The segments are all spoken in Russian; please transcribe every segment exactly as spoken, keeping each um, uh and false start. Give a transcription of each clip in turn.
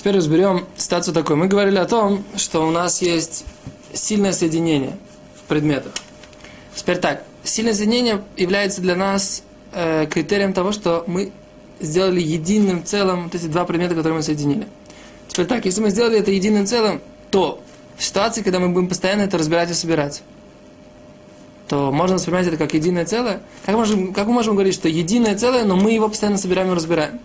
Теперь разберем ситуацию такую. Мы говорили о том, что у нас есть сильное соединение в предметах. Теперь так, сильное соединение является для нас э, критерием того, что мы сделали единым целым вот эти два предмета, которые мы соединили. Теперь так, если мы сделали это единым целым, то в ситуации, когда мы будем постоянно это разбирать и собирать, то можно воспринимать это как единое целое. Как, можем, как мы можем говорить, что единое целое, но мы его постоянно собираем и разбираем?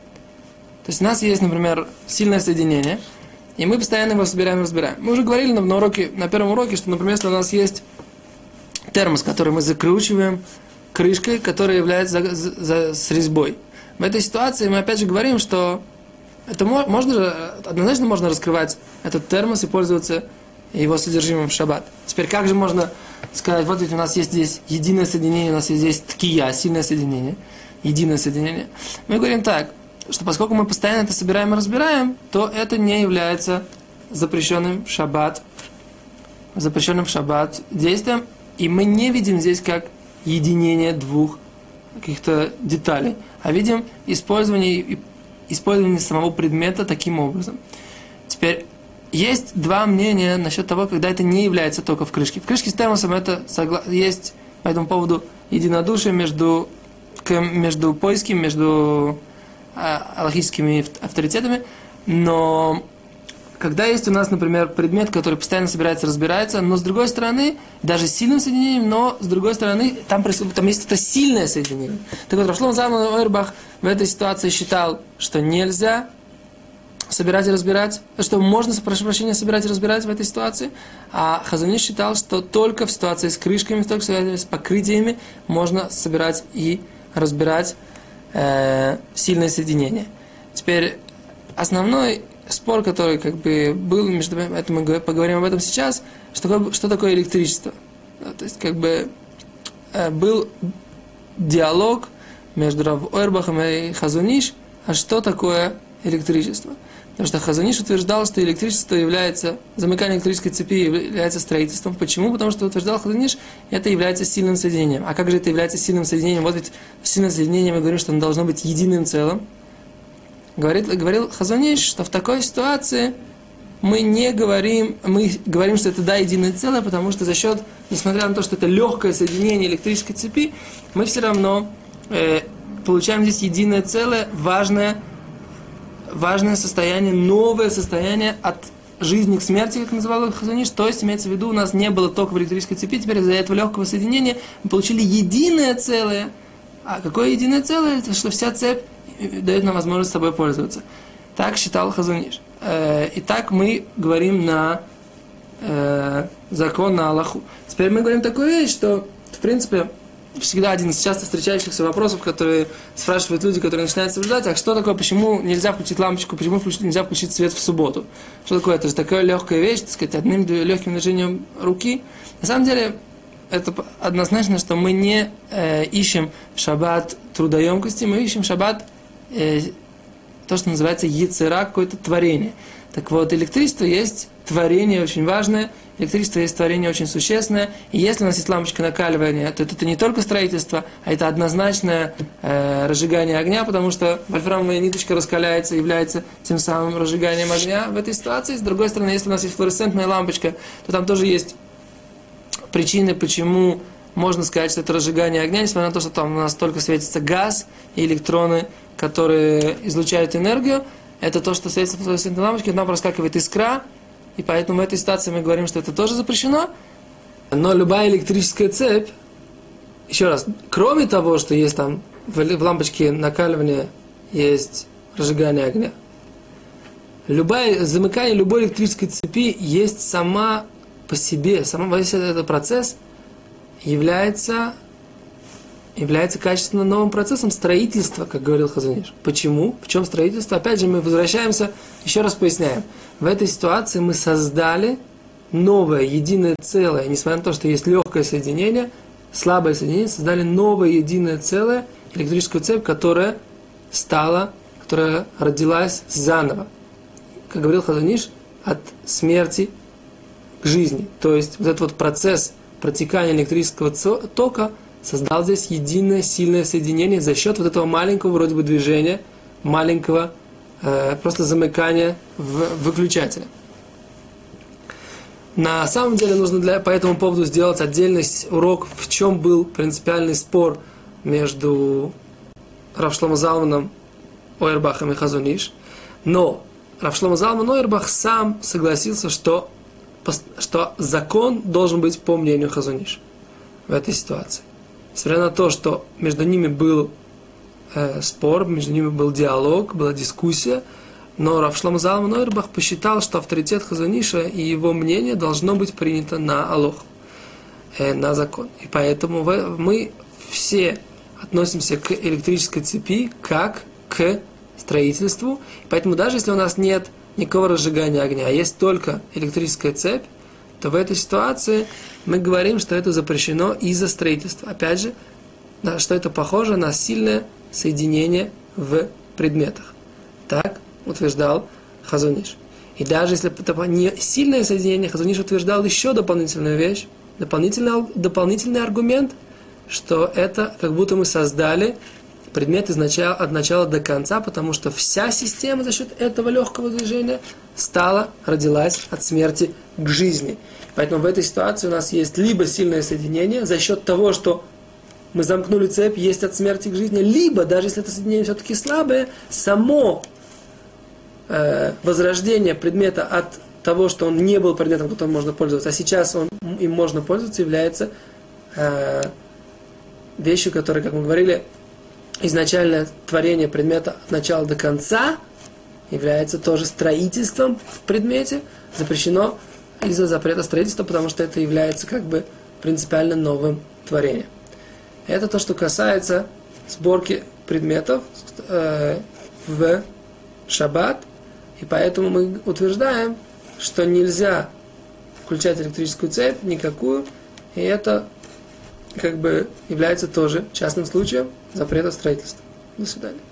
То есть у нас есть, например, сильное соединение, и мы постоянно его собираем и разбираем. Мы уже говорили на, на, уроке, на первом уроке, что, например, если у нас есть термос, который мы закручиваем крышкой, которая является за, за, за, с резьбой. В этой ситуации мы опять же говорим, что это можно, однозначно можно раскрывать этот термос и пользоваться его содержимым в шаббат. Теперь как же можно сказать, вот ведь у нас есть здесь единое соединение, у нас есть здесь ткия, сильное соединение, единое соединение. Мы говорим так, что поскольку мы постоянно это собираем и разбираем, то это не является запрещенным в шаббат, запрещенным в шаббат действием, и мы не видим здесь как единение двух каких-то деталей, а видим использование, использование самого предмета таким образом. Теперь есть два мнения насчет того, когда это не является только в крышке. В крышке с термосом это согла... есть по этому поводу единодушие между, между поисками, между аллахическими авторитетами, но когда есть у нас, например, предмет, который постоянно собирается, разбирается, но с другой стороны, даже с сильным соединением, но с другой стороны, там, там есть это сильное соединение. Так вот, Шломо Залман Ойрбах в этой ситуации считал, что нельзя собирать и разбирать, что можно, прошу прощения, собирать и разбирать в этой ситуации, а Хазон Иш считал, что только в ситуации с крышками, только в ситуации с покрытиями можно собирать и разбирать э, сильное соединение. Теперь основной спор, который как бы был между этим, мы поговорим об этом сейчас, что, что такое электричество. Да, то есть как бы э, был диалог между Рав Ойрбахом и Хазон Иш, а что такое электричество. Потому что Хазон Иш утверждал, что электричество является, замыкание электрической цепи является строительством. Почему? Потому что утверждал Хазон Иш, это является сильным соединением. А как же это является сильным соединением? Вот ведь сильное соединение, мы говорим, что оно должно быть единым целым. Говорит, говорил Хазон Иш, что в такой ситуации мы не говорим, мы говорим, что это да, единое целое, потому что за счет, несмотря на то, что это легкое соединение электрической цепи, мы все равно э, получаем здесь единое целое, важное, важное состояние, новое состояние от жизни к смерти, как называл Хазон Иш. То есть, имеется в виду, у нас не было тока в электрической цепи, теперь из-за этого легкого соединения мы получили единое целое. А какое единое целое? Это что вся цепь дает нам возможность с собой пользоваться. Так считал Хазон Иш. И так мы говорим на э, закон, на Аллаху. Теперь мы говорим такую вещь, что, в принципе, всегда один из часто встречающихся вопросов, которые спрашивают люди, которые начинают соблюдать, а что такое, почему нельзя включить лампочку, почему нельзя включить свет в субботу? Что такое? Это же такая легкая вещь, так сказать, одним легким движением руки. На самом деле, это однозначно, что мы не э, ищем в шаббат трудоемкости, мы ищем в шаббат э, то, что называется яцера, какое-то творение. Так вот, электричество есть творение очень важное, электричество есть творение очень существенное, и если у нас есть лампочка накаливания, то это, это не только строительство, а это однозначное э, разжигание огня, потому что вольфрамовая ниточка раскаляется, является тем самым разжиганием огня в этой ситуации. С другой стороны, если у нас есть флуоресцентная лампочка, то там тоже есть причины, почему можно сказать, что это разжигание огня, несмотря на то, что там у нас только светится газ и электроны, которые излучают энергию. Это то, что светится в флуоресцентной лампочке, там проскакивает искра, и поэтому в этой ситуации мы говорим, что это тоже запрещено. Но любая электрическая цепь, еще раз, кроме того, что есть там в лампочке накаливания, есть разжигание огня, любое замыкание любой электрической цепи есть сама по себе, сам весь этот процесс является, является качественно новым процессом строительства, как говорил Хазон Иш. Почему? В чем строительство? Опять же, мы возвращаемся, еще раз поясняем. В этой ситуации мы создали новое, единое целое, несмотря на то, что есть легкое соединение, слабое соединение, создали новое, единое целое, электрическую цепь, которая стала, которая родилась заново. Как говорил Хазон Иш, от смерти к жизни. То есть вот этот вот процесс протекания электрического тока создал здесь единое сильное соединение за счет вот этого маленького вроде бы движения, маленького э, просто замыкание в выключателе. На самом деле нужно для, по этому поводу сделать отдельный урок, в чем был принципиальный спор между Рав Шломо Залманом, Ойербахом и Хазон Иш. Но Рав Шломо Залман Ойербах сам согласился, что, что закон должен быть по мнению Хазон Иш в этой ситуации. Несмотря на то, что между ними был э, спор, между ними был диалог, была дискуссия, но Рав Шломо Залман Ойербах посчитал, что авторитет Хазон Иша и его мнение должно быть принято на алоху, э, на закон. И поэтому мы все относимся к электрической цепи как к строительству. Поэтому даже если у нас нет никакого разжигания огня, а есть только электрическая цепь, то в этой ситуации мы говорим, что это запрещено из-за строительства. Опять же, да, что это похоже на сильное соединение в предметах. Так утверждал Хазон Иш. И даже если это не сильное соединение, Хазон Иш утверждал еще дополнительную вещь, дополнительный, дополнительный аргумент, что это как будто мы создали предмет из начала, от начала до конца, потому что вся система за счет этого легкого движения стала, родилась от смерти к жизни. Поэтому в этой ситуации у нас есть либо сильное соединение за счет того, что мы замкнули цепь, есть от смерти к жизни, либо, даже если это соединение все-таки слабое, само э, возрождение предмета от того, что он не был предметом, которым можно пользоваться, а сейчас он, им можно пользоваться, является э, вещью, которая, как мы говорили, изначальное творение предмета от начала до конца является тоже строительством в предмете, запрещено из-за запрета строительства, потому что это является как бы принципиально новым творением. Это то, что касается сборки предметов э, в шаббат, и поэтому мы утверждаем, что нельзя включать электрическую цепь никакую, и это как бы является тоже частным случаем запрета строительства. До свидания.